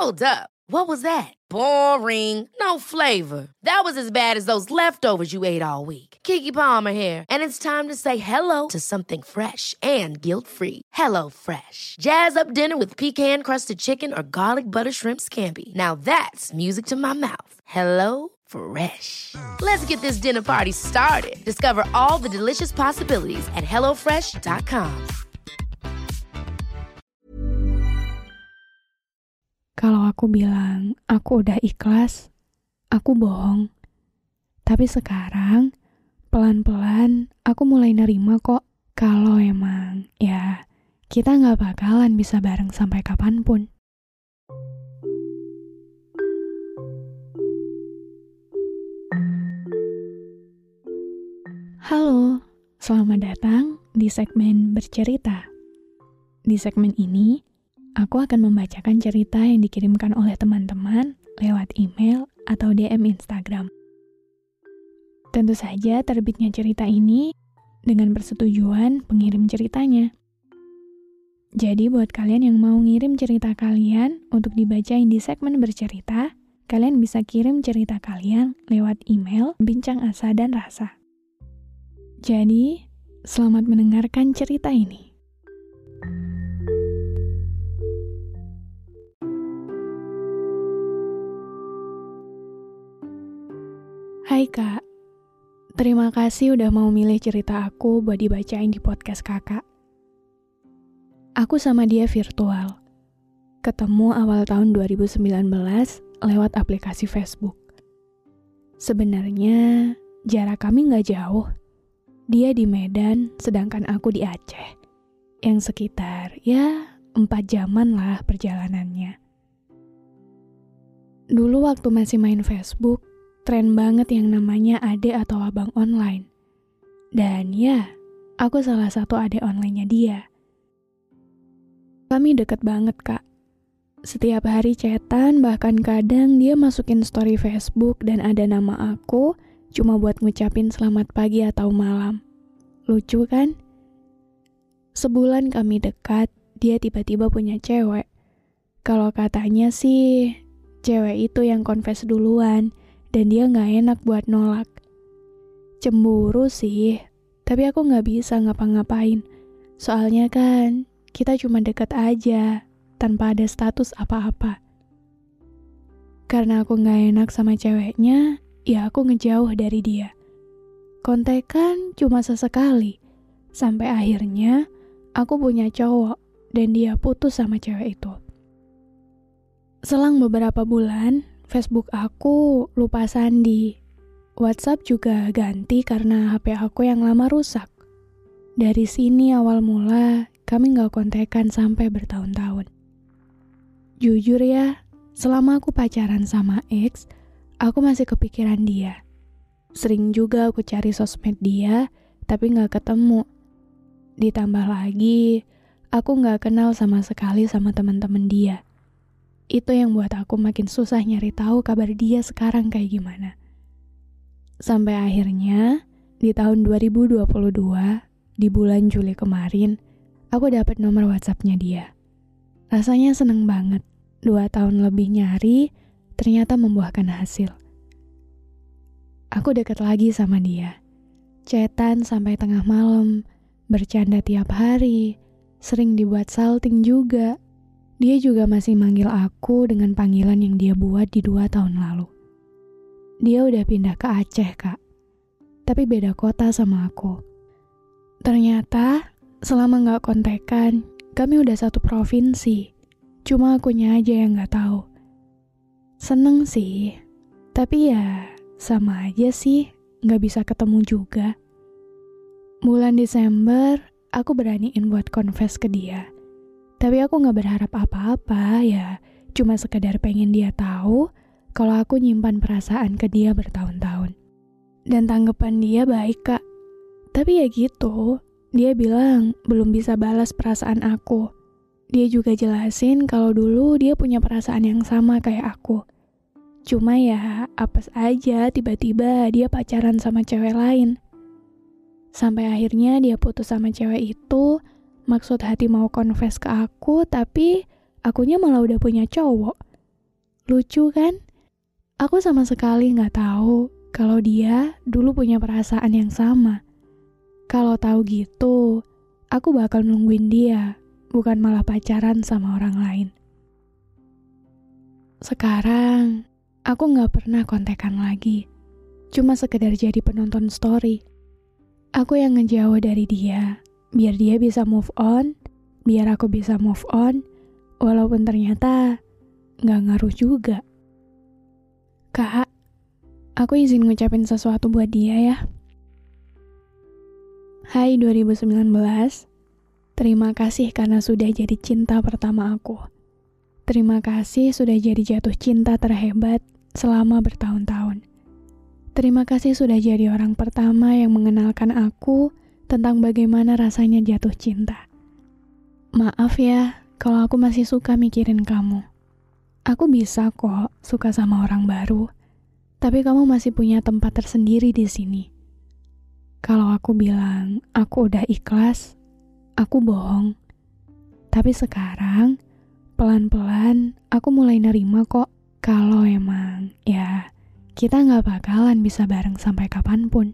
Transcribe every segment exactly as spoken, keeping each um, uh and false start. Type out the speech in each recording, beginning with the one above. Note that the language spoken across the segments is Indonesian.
Hold up. What was that? Boring. No flavor. That was as bad as those leftovers you ate all week. Keke Palmer here, and it's time to say hello to something fresh and guilt-free. Hello Fresh. Jazz up dinner with pecan-crusted chicken or garlic butter shrimp scampi. Now that's music to my mouth. Hello Fresh. Let's get this dinner party started. Discover all the delicious possibilities at hello fresh dot com. Kalau aku bilang aku udah ikhlas, aku bohong. Tapi sekarang, pelan-pelan aku mulai nerima kok kalau emang ya kita gak bakalan bisa bareng sampai kapanpun. Halo, selamat datang di segmen Bercerita. Di segmen ini, aku akan membacakan cerita yang dikirimkan oleh teman-teman lewat email atau D M Instagram. Tentu saja terbitnya cerita ini dengan persetujuan pengirim ceritanya. Jadi buat kalian yang mau ngirim cerita kalian untuk dibacain di segmen Bercerita, kalian bisa kirim cerita kalian lewat email Bincang Asa dan Rasa. Jadi, selamat mendengarkan cerita ini. Hai Kak, terima kasih udah mau milih cerita aku buat dibacain di podcast kakak. Aku sama dia virtual, ketemu awal tahun dua ribu sembilan belas lewat aplikasi Facebook. Sebenarnya jarak kami gak jauh, dia di Medan sedangkan aku di Aceh, yang sekitar ya empat jaman lah perjalanannya. Dulu waktu masih main Facebook, tren banget yang namanya ade atau abang online. Dan ya, aku salah satu ade online-nya dia. Kami deket banget, Kak. Setiap hari chatan, bahkan kadang dia masukin story Facebook dan ada nama aku cuma buat ngucapin selamat pagi atau malam. Lucu kan? Sebulan kami dekat, dia tiba-tiba punya cewek. Kalau katanya sih, cewek itu yang confess duluan, dan dia gak enak buat nolak. Cemburu sih, tapi aku gak bisa ngapa-ngapain. Soalnya kan, kita cuma deket aja, tanpa ada status apa-apa. Karena aku gak enak sama ceweknya, ya aku ngejauh dari dia. Kontekan cuma sesekali, sampai akhirnya aku punya cowok, dan dia putus sama cewek itu. Selang beberapa bulan, Facebook aku lupa sandi. WhatsApp juga ganti karena H P aku yang lama rusak. Dari sini awal mula kami gak kontekan sampai bertahun-tahun. Jujur ya, selama aku pacaran sama ex, aku masih kepikiran dia. Sering juga aku cari sosmed dia, tapi gak ketemu. Ditambah lagi, aku gak kenal sama sekali sama teman-teman dia. Itu yang buat aku makin susah nyari tahu kabar dia sekarang kayak gimana. Sampai akhirnya, di tahun dua ribu dua puluh dua, di bulan Juli kemarin, aku dapat nomor WhatsApp-nya dia. Rasanya seneng banget. Dua tahun lebih nyari, ternyata membuahkan hasil. Aku deket lagi sama dia. Chatan sampai tengah malam, bercanda tiap hari, sering dibuat salting juga. Dia juga masih manggil aku dengan panggilan yang dia buat di dua tahun lalu. Dia udah pindah ke Aceh, Kak. Tapi beda kota sama aku. Ternyata, selama gak kontekan, kami udah satu provinsi. Cuma akunya aja yang gak tahu. Seneng sih, tapi ya sama aja sih, gak bisa ketemu juga. Bulan Desember, aku beraniin buat confess ke dia. Tapi aku gak berharap apa-apa, ya cuma sekedar pengen dia tahu kalau aku nyimpan perasaan ke dia bertahun-tahun. Dan tanggapan dia baik, Kak. Tapi ya gitu, dia bilang belum bisa balas perasaan aku. Dia juga jelasin kalau dulu dia punya perasaan yang sama kayak aku. Cuma ya apes aja tiba-tiba dia pacaran sama cewek lain. Sampai akhirnya dia putus sama cewek itu, maksud hati mau confess ke aku, tapi akunya malah udah punya cowok. Lucu kan? Aku sama sekali nggak tahu kalau dia dulu punya perasaan yang sama. Kalau tahu gitu, aku bakal nungguin dia, bukan malah pacaran sama orang lain. Sekarang, aku nggak pernah kontekan lagi. Cuma sekedar jadi penonton story. Aku yang ngejauh dari dia, biar dia bisa move on, biar aku bisa move on, walaupun ternyata nggak ngaruh juga. Kak, aku izin ngucapin sesuatu buat dia ya. Hai dua ribu sembilan belas, terima kasih karena sudah jadi cinta pertama aku. Terima kasih sudah jadi jatuh cinta terhebat selama bertahun-tahun. Terima kasih sudah jadi orang pertama yang mengenalkan aku tentang bagaimana rasanya jatuh cinta. Maaf ya, kalau aku masih suka mikirin kamu. Aku bisa kok suka sama orang baru, tapi kamu masih punya tempat tersendiri di sini. Kalau aku bilang aku udah ikhlas, aku bohong. Tapi sekarang, pelan-pelan aku mulai nerima kok kalau emang ya kita nggak bakalan bisa bareng sampai kapanpun.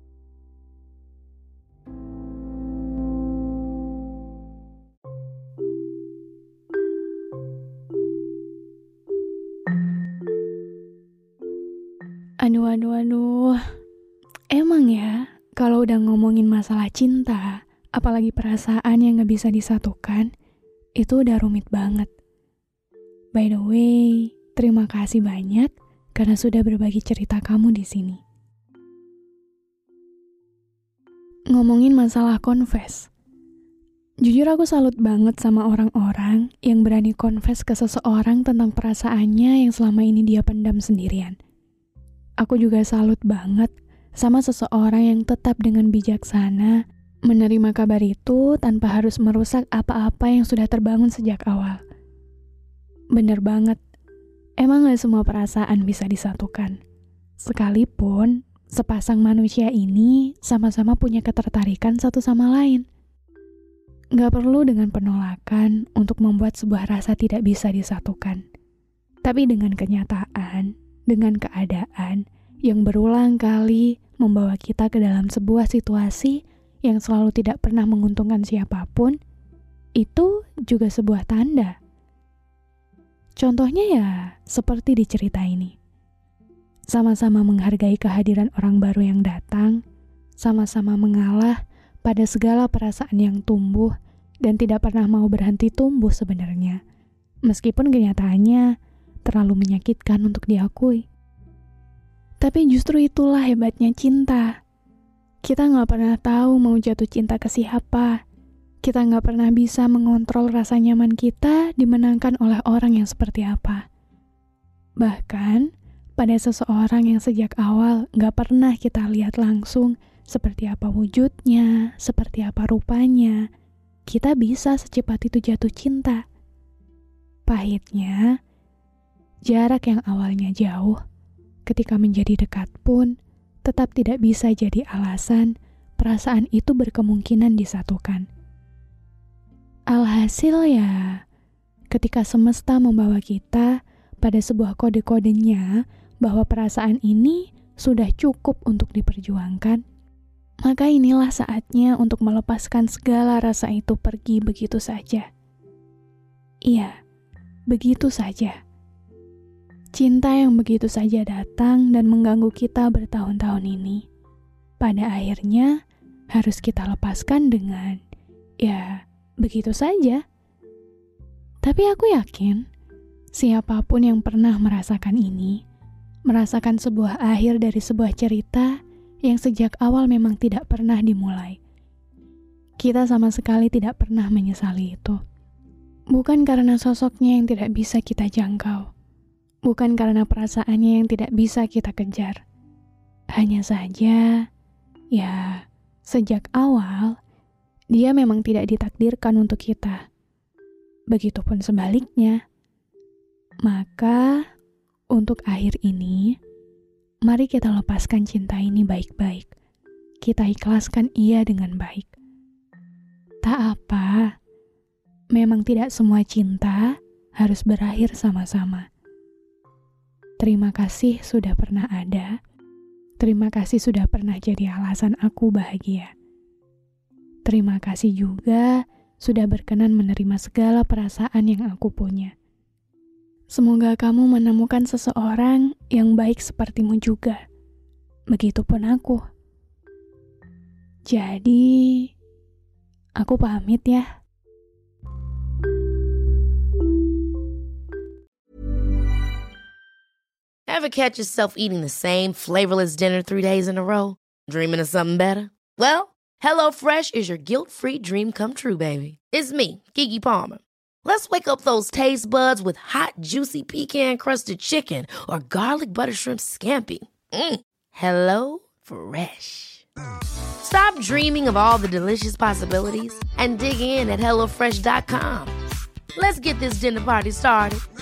Aduh, aduh, aduh. Emang ya, kalau udah ngomongin masalah cinta, apalagi perasaan yang gak bisa disatukan, itu udah rumit banget. By the way, terima kasih banyak karena sudah berbagi cerita kamu di sini. Ngomongin masalah confess. Jujur aku salut banget sama orang-orang yang berani confess ke seseorang tentang perasaannya yang selama ini dia pendam sendirian. Aku juga salut banget sama seseorang yang tetap dengan bijaksana menerima kabar itu tanpa harus merusak apa-apa yang sudah terbangun sejak awal. Bener banget, emang gak semua perasaan bisa disatukan. Sekalipun sepasang manusia ini sama-sama punya ketertarikan satu sama lain. Gak perlu dengan penolakan untuk membuat sebuah rasa tidak bisa disatukan. Tapi dengan kenyataan, dengan keadaan yang berulang kali membawa kita ke dalam sebuah situasi yang selalu tidak pernah menguntungkan siapapun, itu juga sebuah tanda. Contohnya ya seperti di cerita ini. Sama-sama menghargai kehadiran orang baru yang datang, sama-sama mengalah pada segala perasaan yang tumbuh dan tidak pernah mau berhenti tumbuh sebenarnya, meskipun kenyataannya terlalu menyakitkan untuk diakui. Tapi justru itulah hebatnya cinta. Kita gak pernah tahu mau jatuh cinta ke siapa. Kita gak pernah bisa mengontrol rasa nyaman kita dimenangkan oleh orang yang seperti apa. Bahkan, pada seseorang yang sejak awal gak pernah kita lihat langsung seperti apa wujudnya, seperti apa rupanya, kita bisa secepat itu jatuh cinta. Pahitnya, jarak yang awalnya jauh, ketika menjadi dekat pun, tetap tidak bisa jadi alasan perasaan itu berkemungkinan disatukan. Alhasil ya, ketika semesta membawa kita pada sebuah kode-kodenya bahwa perasaan ini sudah cukup untuk diperjuangkan, maka inilah saatnya untuk melepaskan segala rasa itu pergi begitu saja. Iya, begitu saja. Cinta yang begitu saja datang dan mengganggu kita bertahun-tahun ini, pada akhirnya harus kita lepaskan dengan, ya, begitu saja. Tapi aku yakin, siapapun yang pernah merasakan ini, merasakan sebuah akhir dari sebuah cerita yang sejak awal memang tidak pernah dimulai. Kita sama sekali tidak pernah menyesali itu. Bukan karena sosoknya yang tidak bisa kita jangkau. Bukan karena perasaannya yang tidak bisa kita kejar. Hanya saja, ya, sejak awal, dia memang tidak ditakdirkan untuk kita. Begitupun sebaliknya. Maka, untuk akhir ini, mari kita lepaskan cinta ini baik-baik. Kita ikhlaskan ia dengan baik. Tak apa, memang tidak semua cinta harus berakhir sama-sama. Terima kasih sudah pernah ada. Terima kasih sudah pernah jadi alasan aku bahagia. Terima kasih juga sudah berkenan menerima segala perasaan yang aku punya. Semoga kamu menemukan seseorang yang baik sepertimu juga. Begitupun aku. Jadi, aku pamit ya. Ever catch yourself eating the same flavorless dinner three days in a row? Dreaming of something better? Well, HelloFresh is your guilt-free dream come true, baby. It's me, Keke Palmer. Let's wake up those taste buds with hot, juicy pecan-crusted chicken or garlic butter shrimp scampi. Mm. Hello Fresh. Stop dreaming of all the delicious possibilities and dig in at hello fresh dot com. Let's get this dinner party started.